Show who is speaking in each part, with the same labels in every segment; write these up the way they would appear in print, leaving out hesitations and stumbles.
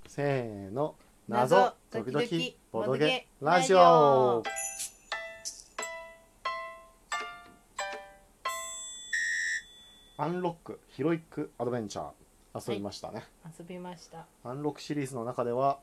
Speaker 1: せーの、謎時々ボドゲラジ
Speaker 2: ラジ
Speaker 1: オ。
Speaker 2: オ。
Speaker 1: アンロックヒロイックアドベンチャー遊びましたね、
Speaker 2: 遊びました。
Speaker 1: アンロックシリーズの中では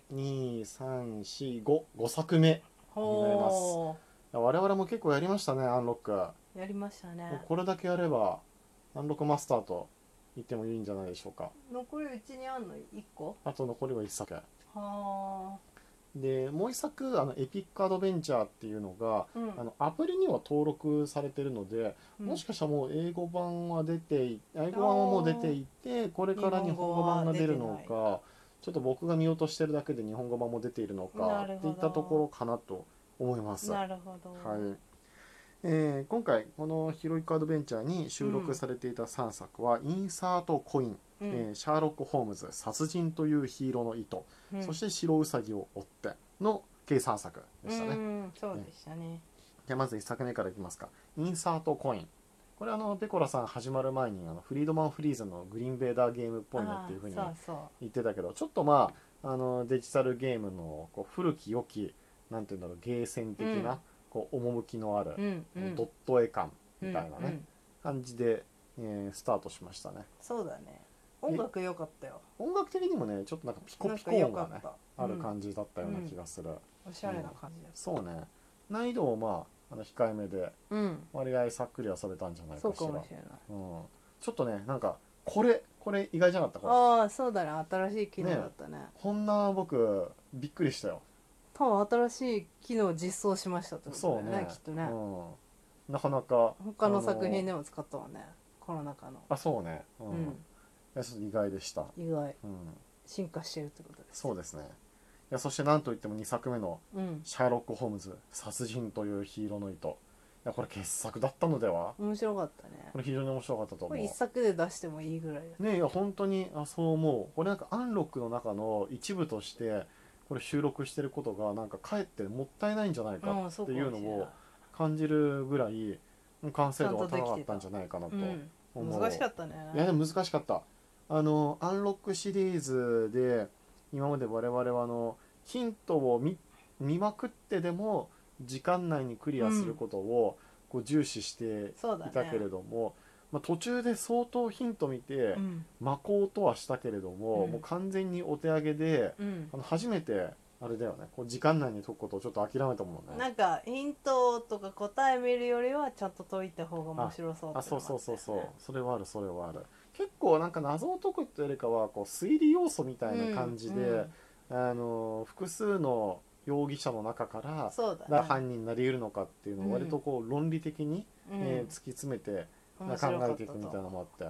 Speaker 1: 23455作目。
Speaker 2: ほ
Speaker 1: 我々も結構やりましたね、アンロック。
Speaker 2: う、やりましたね。
Speaker 1: これだけやればアンロックマスターと言ってもいいんじゃないでしょうか。
Speaker 2: 残りうちにあんの1個。
Speaker 1: あと残りは1作
Speaker 2: は
Speaker 1: で、もう1作エピックアドベンチャーっていうのが、
Speaker 2: あ。
Speaker 1: アプリには登録されてるので、
Speaker 2: うん
Speaker 1: もしかしたらもう英語版はもう出ていて、これから日本語版が出るの
Speaker 2: 日本
Speaker 1: か、ちょっと僕が見落としてるだけで日本語版も出ているのか
Speaker 2: なるほど
Speaker 1: っていったところかなと思います。
Speaker 2: なるほど。
Speaker 1: はい今回このヒロイックアドベンチャーに収録されていた3作は、インサートコイン、シャーロック・ホームズ殺人というヒーローの糸、そして白ウサギを追っての計3作でしたね。
Speaker 2: そうでしたね。
Speaker 1: じゃあまず1作目からいきますか。インサートコイン。これペコラさん始まる前にフリードマン・フリーズのグリーンベーダーゲームっぽいねっていうふうに言ってたけど、ちょっとデジタルゲームの古き良きなんていうんだろう、ゲーセン的な、趣のある、ドット絵感みたいなね、感じで、スタートしましたね。
Speaker 2: そうだね。音楽良かったよ。
Speaker 1: 音楽的にもね、ちょっとなんかピコピコ音がねある感じだったような気がする。
Speaker 2: おしゃれな感じだった。
Speaker 1: そうね。難易度も控えめで、割合さっくり遊べたんじゃないかしら。
Speaker 2: そうかもしれない。
Speaker 1: ちょっとね、なんかこれ意外じゃなかった。
Speaker 2: ああ、そうだね。新しい機能だったね。
Speaker 1: こんな僕びっくりしたよ。
Speaker 2: 多分新しい機能を実装しましたってことだよね、きっとね。
Speaker 1: なかなか
Speaker 2: 他の作品でも使ったわね、この中の。
Speaker 1: そうね。ちょっと意外でした。
Speaker 2: 意外。進化してるってことです。
Speaker 1: そうですね。そして何といっても2作目のシャーロック・ホームズ殺人というヒーローの糸。これ傑作だったのでは。
Speaker 2: 面白かったね。
Speaker 1: これ非常に面白かったと思う。
Speaker 2: これ1作で出してもいいぐらい
Speaker 1: ね。いや本当にそう思う。これなんかアンロックの中の一部としてこれ収録してることがなんかかえってもったいないんじゃないかっていうのを感じるぐらい完成度が高かったんじゃないかなと思う。
Speaker 2: 難しかったね。
Speaker 1: いやでも難しかった。アンロックシリーズで今まで我々はヒントを見まくってでも時間内にクリアすることを重視していたけれども、途中で相当ヒント見て巻こうとはしたけれども、もう完全にお手上げで、初めてあれだよね、時間内に解くことをちょっと諦めたもんね。
Speaker 2: なんかヒントとか答え見るよりはちゃんと解いた方が面白そうって
Speaker 1: そうそれはある。結構なんか謎を解くっていうよりかは推理要素みたいな感じで、複数の容疑者の中から誰犯人になり得るのかっていうのを割と論理的に突き詰めて考えていくみたいなのもあって、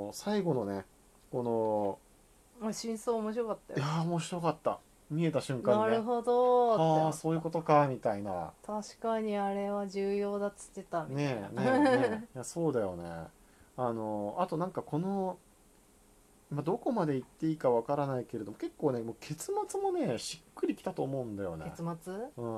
Speaker 1: 最後のねこ
Speaker 2: の真相面白かったよ。
Speaker 1: いや面白かった。見えた瞬間にね、
Speaker 2: なるほど
Speaker 1: そういうことかみたいな。
Speaker 2: 確かにあれは重要だっつってたみたいな。
Speaker 1: ねいやそうだよね。あとなんかどこまで行っていいかわからないけれども、結構ねもう結末もねしっくりきたと思うんだよね。
Speaker 2: 結末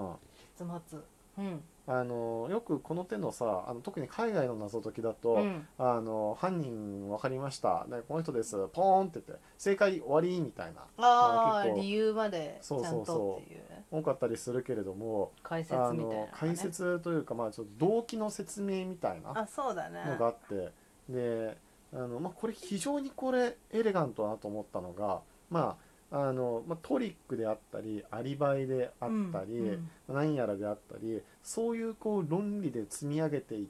Speaker 1: よくこの手のさ特に海外の謎解きだと、犯人分かりましたこの人ですポーンって言って正解終わりみたいな、
Speaker 2: 結構理由までちゃんとっていう
Speaker 1: 多かったりするけれども、
Speaker 2: 解説みたいな、ね、
Speaker 1: 解説というかちょっと動機の説明みたいなのがあって、でこれ非常にエレガントだなと思ったのが、トリックであったりアリバイであったり、何やらであったり、そういう論理で積み上げていって、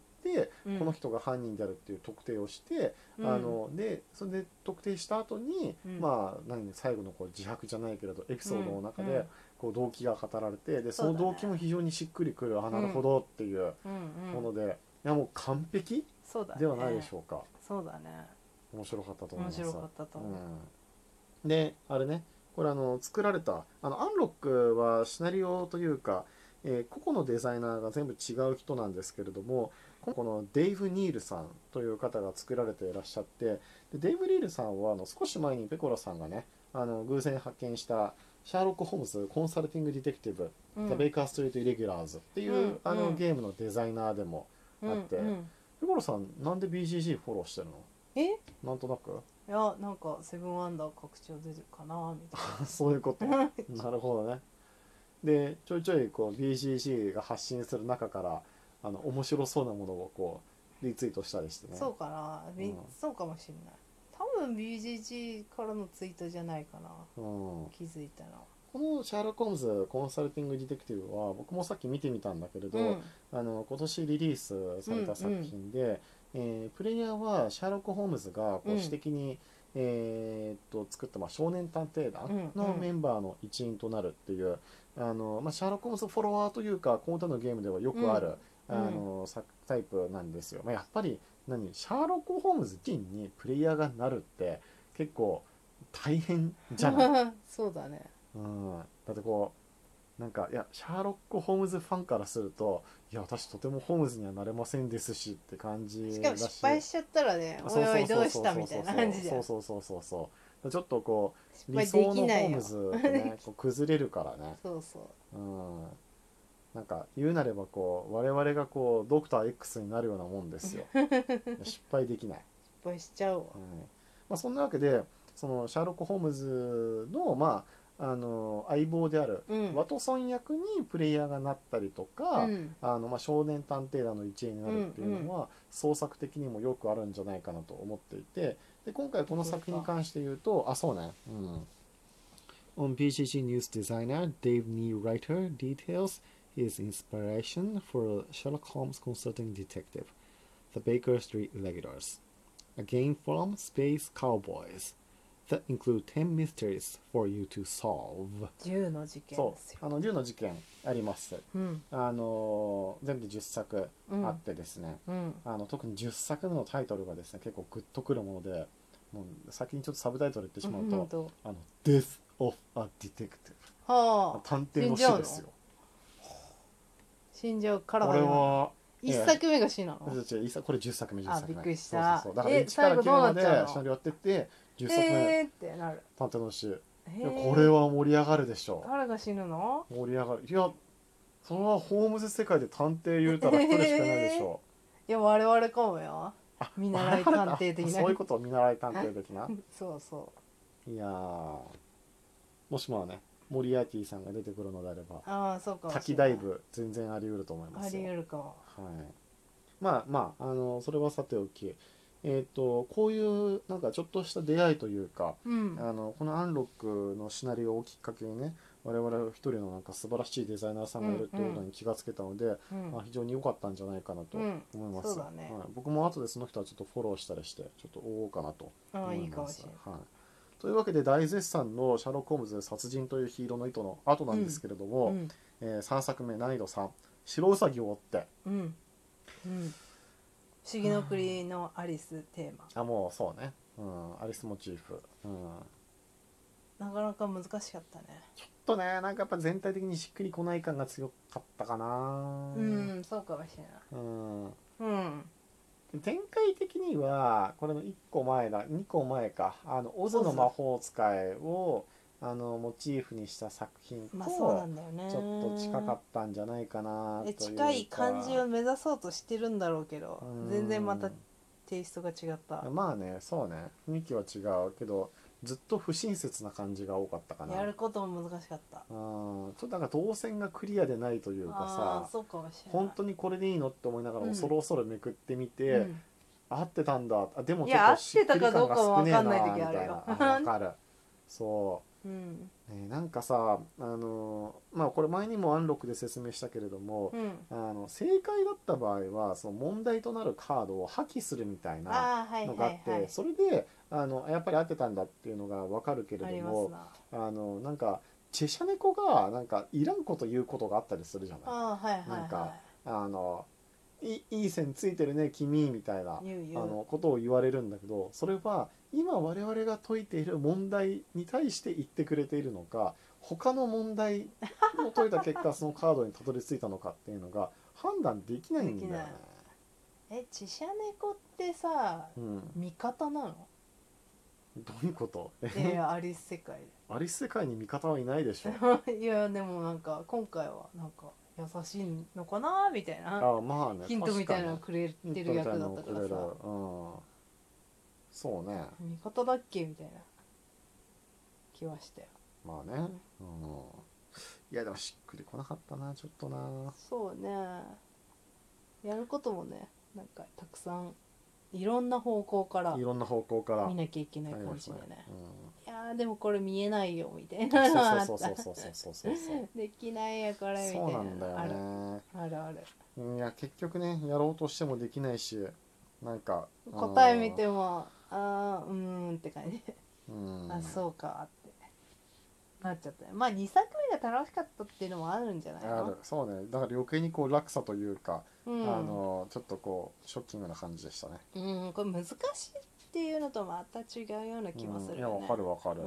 Speaker 1: この人が犯人であるっていう特定をして、でそれで特定した後に、最後の自白じゃないけれどエピソードの中で動機が語られて、でその動機も非常にしっくりくる、なるほどっていうもので、いやもう完璧ではないでしょうか。
Speaker 2: そうだね。
Speaker 1: 面白かったと思います。
Speaker 2: 面白かったと思う。
Speaker 1: であれね、これ作られたアンロックはシナリオというか、個々のデザイナーが全部違う人なんですけれども、このデイブ・ニールさんという方が作られていらっしゃって、でデイブ・ニールさんは少し前にペコラさんがね偶然発見したシャーロック・ホームズコンサルティング・ディテクティブ、ザ・ベイカー・ストリート・イレギュラーズっていうゲームのデザイナーでもあって、ペコラさんなんで BGG フォローしてるの？なんとなく
Speaker 2: いやなんかセブンワンダー拡張出てるかなみたいな
Speaker 1: そういうことなるほどね。でちょいちょいこう BCC が発信する中から面白そうなものをこうリツイートしたりしてね。
Speaker 2: そうかな、そうかもしれない。多分 BGG からのツイートじゃないかな、気づいたら。
Speaker 1: このシャーロック・ホームズコンサルティング・ディテクティブは僕もさっき見てみたんだけれど、今年リリースされた作品で、プレイヤーはシャーロック・ホームズがこう私的に、作った少年探偵団のメンバーの一員となるっていう、シャーロック・ホームズフォロワーというかこの他のゲームではよくある、タイプなんですよ。やっぱりシャーロック・ホームズ自身にプレイヤーがなるって結構大変じゃない。
Speaker 2: そうだね。
Speaker 1: だってこういやシャーロック・ホームズファンからするといや私とてもホームズにはなれませんですしって感じだし、
Speaker 2: しかも失敗しちゃったらねおいおいどうしたみたいな感じで、
Speaker 1: そうちょっとこう理想のホームズってねこう崩れるからねなんか言うなればこう我々がこうドクター X になるようなもんですよ失敗できない、
Speaker 2: 失敗しちゃうわ、
Speaker 1: そんなわけでそのシャーロック・ホームズの相棒であるワトソン役にプレイヤーがなったりとか、少年探偵団の一員になるっていうのは、創作的にもよくあるんじゃないかなと思っていて、で今回この作品に関して言うとそうね、On BGG News designer Dave Neewriter details his inspiration for Sherlock Holmes Consulting Detective, The Baker Street Regulars, a game from Space Cowboys that include 10 mysteries for you to solve.
Speaker 2: 10の事件ですよ。
Speaker 1: 10の事件あります、全部10作あってですね、特に10作目のタイトルがですね結構グッとくるもので、もう先にちょっとサブタイトル言ってしまうと、Death of a Detective、探偵の死ですよ。
Speaker 2: 死んじゃうから
Speaker 1: これは
Speaker 2: 1作目が死なの？
Speaker 1: これ10作目。
Speaker 2: びっくりした。
Speaker 1: だから1から9までシナリオやってって10作目
Speaker 2: ってなる。
Speaker 1: 探偵の死。これは盛り上がるでしょう。
Speaker 2: 誰が死ぬの？
Speaker 1: 盛り上がる。いやそれはホームズ世界で探偵言うたら一人しかいないでしょ
Speaker 2: う。いや我々かもよ。見習い探偵的な。
Speaker 1: そういうこと、見習い探偵的な。
Speaker 2: そうそう。
Speaker 1: いやもしもねモリアーティさんが出てくるのであれば、
Speaker 2: そうか
Speaker 1: 滝ダイブ全然あり得ると思いますよ。
Speaker 2: あり得るかも。
Speaker 1: それはさておき、こういうなんかちょっとした出会いというか、このアンロックのシナリオをきっかけにね、我々一人のなんか素晴らしいデザイナーさんがいるってことに気がつけたので、非常に良かったんじゃないかなと思います。
Speaker 2: そうだね。
Speaker 1: 僕も後でその人はちょっとフォローしたりしてちょっと追おうかなと思います。
Speaker 2: いいかもしれない。
Speaker 1: というわけで大絶賛のシャーロック・ホームズ殺人というヒーローの糸の後なんですけれども、3作目難易度3、白ウサギを追って、
Speaker 2: 不思議の国のアリステーマ。
Speaker 1: もうそうね、アリスモチーフ、
Speaker 2: なかなか難しかったね。
Speaker 1: ちょっとねなんかやっぱ全体的にしっくりこない感が強かったかな。
Speaker 2: そうかもしれない。
Speaker 1: 展開的にはこれの1個前だ2個前かオズの魔法使いをモチーフにした作品とちょっと近かったんじゃないかなというか、
Speaker 2: 近い感じを目指そうとしてるんだろうけど全然またテイストが違った。
Speaker 1: そうね雰囲気は違うけどずっと不親切な感じが多かったかな。
Speaker 2: やることも難しかった。
Speaker 1: ちょっとなんか動線がクリアでないというか
Speaker 2: さ、そうかもしれない。
Speaker 1: 本当にこれでいいのって思いながら恐る恐るめくってみて、合ってたんだ、でも
Speaker 2: ちょっとしっくり感が少ねえなみたいな。
Speaker 1: わかる。そう、なんかさこれ前にもアンロックで説明したけれども、正解だった場合はその問題となるカードを破棄するみたいなのがあって、それでやっぱり合ってたんだっていうのが分かるけれども、なんかチェシャ猫がなんかいらんこと言うことがあったりするじゃない。なんかいい線ついてるね君みたいなことを言われるんだけど、それは今我々が解いている問題に対して言ってくれているのか、他の問題を解いた結果そのカードにたどり着いたのかっていうのが判断できないんだよね。
Speaker 2: チシャ猫ってさ、味方なの？
Speaker 1: どういうこと？
Speaker 2: アリス世界で。
Speaker 1: アリス世界に味方はいないでし
Speaker 2: ょ。いやでもなんか今回はなんか優しいのかなみたいな、ヒントみたいなのくれてる役だったからさ。
Speaker 1: そうね、
Speaker 2: 味方だっけみたいな気はしたよ。
Speaker 1: まあね、うん、いやでもしっくりこなかったな、ちょっとな。
Speaker 2: そうね、やることもね、なんかたくさんいろんな方向から
Speaker 1: いろんな方向から
Speaker 2: 見なきゃいけない感じでね、
Speaker 1: うん、
Speaker 2: いやでもこれ見えないよみたいなのがあった。
Speaker 1: そうそうそうそうそうそうそう
Speaker 2: できないやこれみたいな。
Speaker 1: そうなんだよね。
Speaker 2: あるある。
Speaker 1: いや結局ね、やろうとしてもできないし、なんか
Speaker 2: 答え見てもって感じで、あそうかってなっちゃったね。まあ2作目が楽しかったっていうのもあるんじゃないの。
Speaker 1: ある、そうね、だから余計にこう落差というか、
Speaker 2: うん、
Speaker 1: ちょっとこうショッキングな感じでしたね。
Speaker 2: これ難しいっていうのとまた違うような気もするよね。
Speaker 1: いやわかるわかる、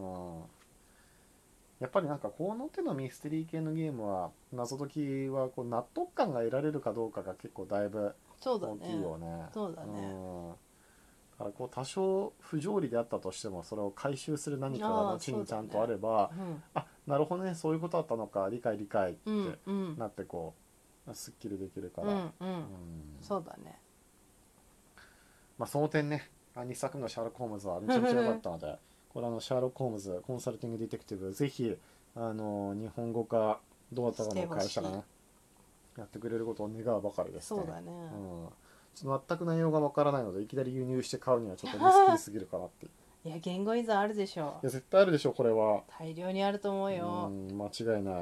Speaker 1: やっぱりなんかこの手のミステリー系のゲームは謎解きはこう納得感が得られるかどうかが結構だいぶ大きいよね。
Speaker 2: そうだね。
Speaker 1: だからこう多少不条理であったとしてもそれを回収する何かが後にちゃんとあれば、あ、なるほどね、そういうことだったのか、理解ってなってこうすっきりできるから、
Speaker 2: そうだね。
Speaker 1: まあその点ね、2作目のシャーロック・ホームズはめちゃめちゃ良かったのでこれシャーロック・ホームズコンサルティング・ディテクティブぜひ日本語かどうだったかの会社がねやってくれることを願うばかりですね。
Speaker 2: そうだね、
Speaker 1: ちょっと全く内容がわからないのでいきなり輸入して買うにはちょっとリスキーすぎるかなって
Speaker 2: いや言語依存あるでしょ。
Speaker 1: いや絶対あるでしょこれは。
Speaker 2: 大量にあると思うよ。
Speaker 1: 間違いない、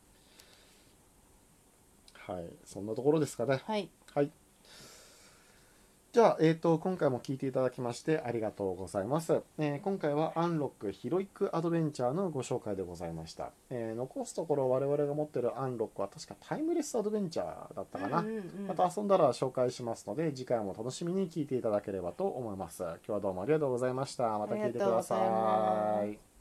Speaker 1: はい、そんなところですかね。
Speaker 2: はい、
Speaker 1: はい、じゃあ、今回も聞いていただきましてありがとうございます。今回はアンロックヒロイックアドベンチャーのご紹介でございました。残すところ我々が持ってるアンロックは確かタイムレスアドベンチャーだったかな。また遊んだら紹介しますので次回も楽しみに聞いていただければと思います。今日はどうもありがとうございました。また聞いてください。